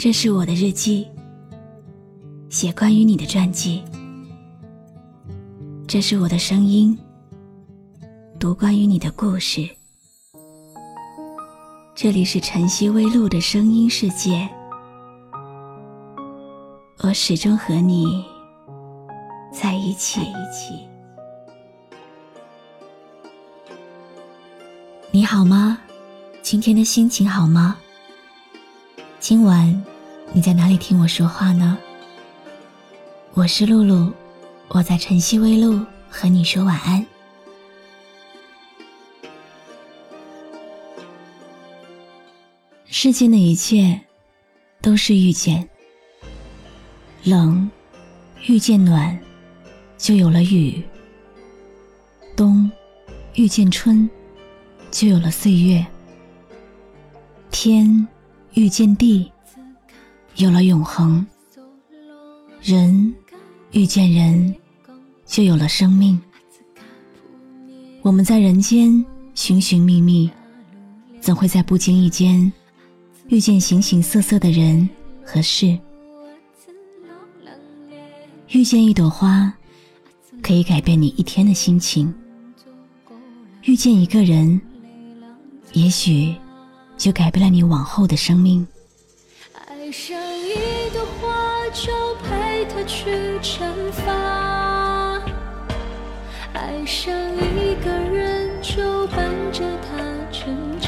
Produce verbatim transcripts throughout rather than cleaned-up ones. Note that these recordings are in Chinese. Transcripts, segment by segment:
这是我的日记，写关于你的传记。这是我的声音，读关于你的故事。这里是晨曦微露的声音世界，我始终和你在一起。你好吗？今天的心情好吗？今晚你在哪里听我说话呢？我是露露，我在晨曦微露和你说晚安。世间的一切都是遇见，冷遇见暖，就有了雨；冬遇见春，就有了岁月；天遇见地，有了永恒；人遇见人，就有了生命。我们在人间寻寻觅觅，怎会在不经意间遇见形形色色的人和事？遇见一朵花，可以改变你一天的心情；遇见一个人，也许就改变了你往后的生命。 爱上一朵花，就陪它去绽放；爱上一个人，就伴着他成长。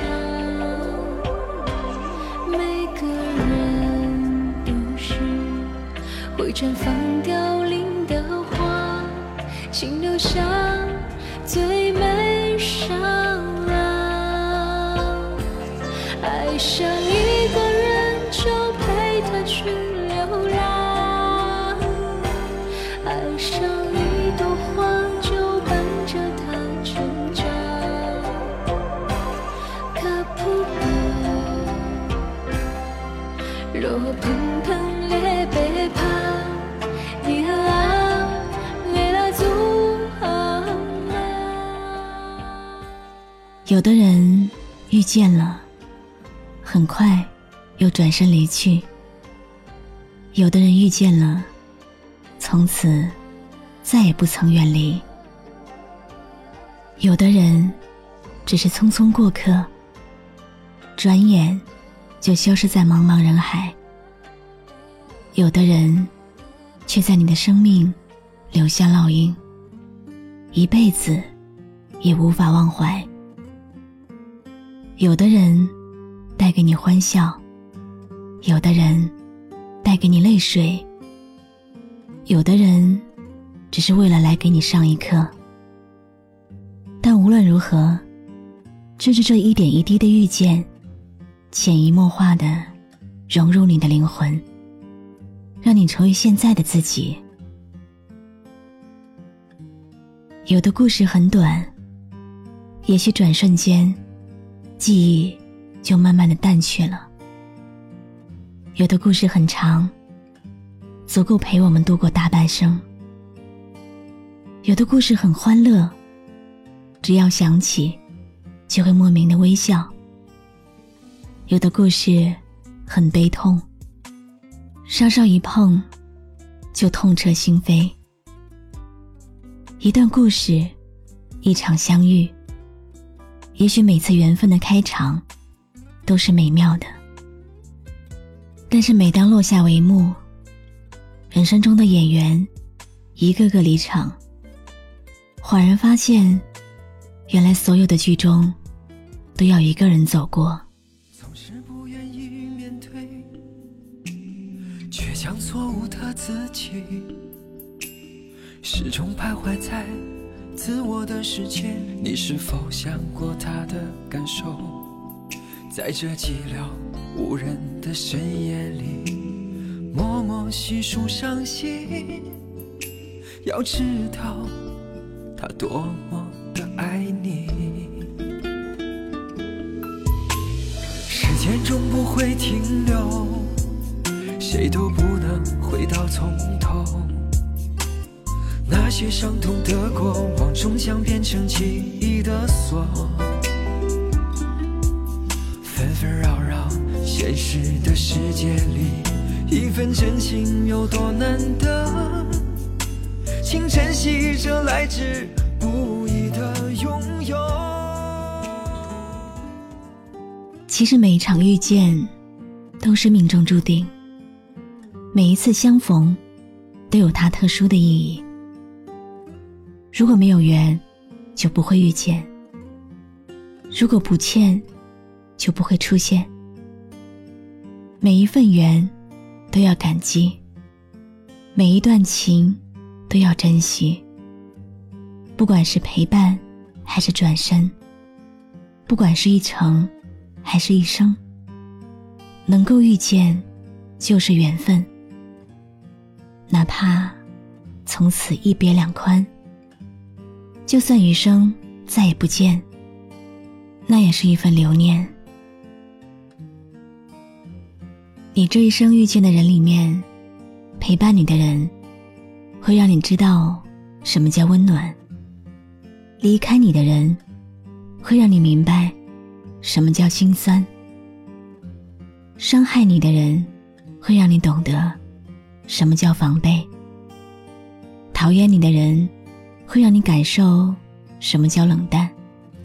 每个人都是会绽放凋零的花，请留下最美伤疤。爱上一个人，就陪他去流浪；爱上一朵花，就伴着他成长。可不可若碰碰烈别怕你啊累了足啊。 有的人遇见了，很快又转身离去；有的人遇见了，从此再也不曾远离；有的人只是匆匆过客，转眼就消失在茫茫人海；有的人却在你的生命留下烙印，一辈子也无法忘怀。有的人带给你欢笑，有的人带给你泪水，有的人只是为了来给你上一课。但无论如何，就是这一点一滴的遇见，潜移默化地融入你的灵魂，让你成为现在的自己。有的故事很短，也许转瞬间记忆就慢慢地淡去了；有的故事很长，足够陪我们度过大半生；有的故事很欢乐，只要想起就会莫名的微笑；有的故事很悲痛，稍稍一碰就痛彻心扉。一段故事，一场相遇，也许每次缘分的开场都是美妙的，但是每当落下帷幕，人生中的演员一个个离场，恍然发现，原来所有的剧中都要一个人走过。 总是不愿意面对，却将错误的自己始终徘徊在自我的世界。你是否想过他的感受？在这寂寥无人的深夜里，默默细数伤心，要知道他多么的爱你。时间终不会停留，谁都不能回到从头，那些伤痛的过往终将变成记忆的锁，纷纷扰扰写现实的世界里，一份真情有多难得，请珍惜这来之不易的拥有。 其实每一场遇见都是命中注定，每一次相逢都有它特殊的意义。如果没有缘，就不会遇见；如果不欠，就不会出现。每一份缘都要感激，每一段情都要珍惜。不管是陪伴还是转身，不管是一程还是一生，能够遇见就是缘分。哪怕从此一别两宽，就算余生再也不见，那也是一份留念。你这一生遇见的人里面，陪伴你的人会让你知道什么叫温暖，离开你的人会让你明白什么叫心酸，伤害你的人会让你懂得什么叫防备，讨厌你的人会让你感受什么叫冷淡。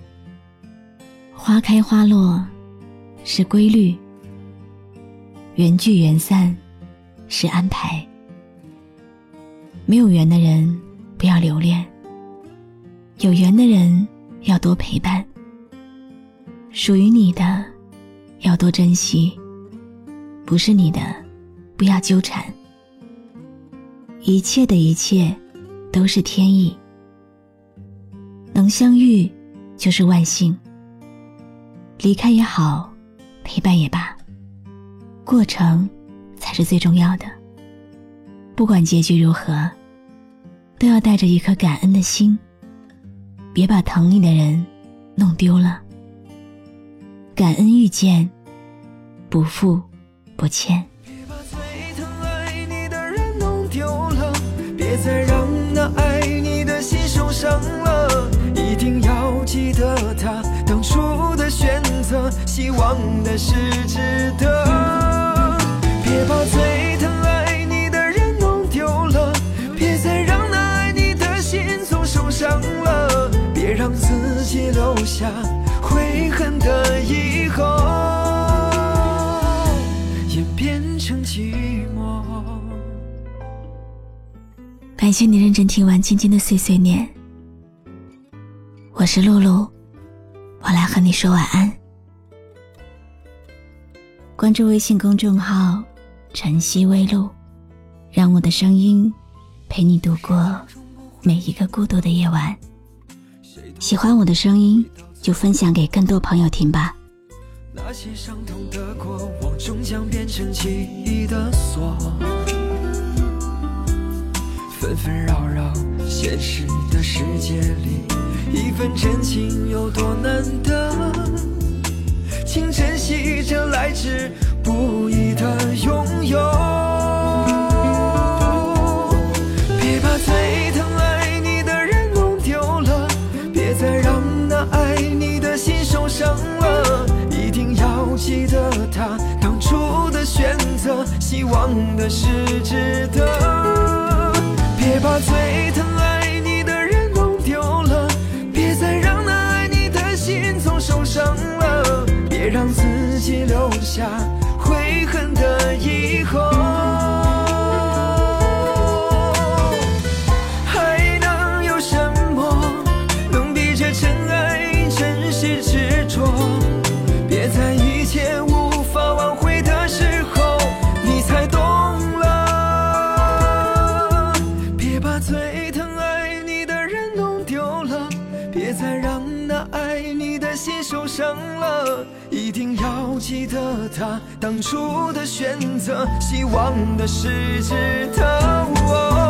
花开花落是规律，缘聚缘散是安排。没有缘的人不要留恋，有缘的人要多陪伴。属于你的要多珍惜，不是你的不要纠缠。一切的一切都是天意，能相遇就是万幸。离开也好，陪伴也罢，过程才是最重要的。不管结局如何，都要带着一颗感恩的心，别把疼你的人弄丢了。感恩遇见，不负不欠。 别把最疼爱你的人弄丢了，别再让那爱你的心受伤了。一定要记得他当初的选择，希望的是值得。别把最疼爱你的人弄丢了，别再让那爱你的心总受伤了。别让自己留下悔恨的以后，演变成寂寞。 感谢你认真听完今天的碎碎念，我是露露，我来和你说晚安。关注微信公众号晨曦微露，让我的声音陪你度过每一个孤独的夜晚。喜欢我的声音就分享给更多朋友听吧。 那些伤痛的过往终将变成记忆的锁，纷纷扰扰现实的世界里，一份真情有多难得，请珍惜这来之不易的拥有。别把最疼爱你的人弄丢了，别再让那爱你的心受伤了。一定要记得他当初的选择，希望的是值得。别把最疼爱你的人弄丢了，别再让那爱你的心总受伤了。别让自己留下悔恨的以后，还能有什么能比这真爱真实执着？别在一切无法挽回的时候你才懂了。别把最疼爱你的人弄丢了，别再让那爱你的心受伤了。一定要记得他当初的选择，希望的是值得。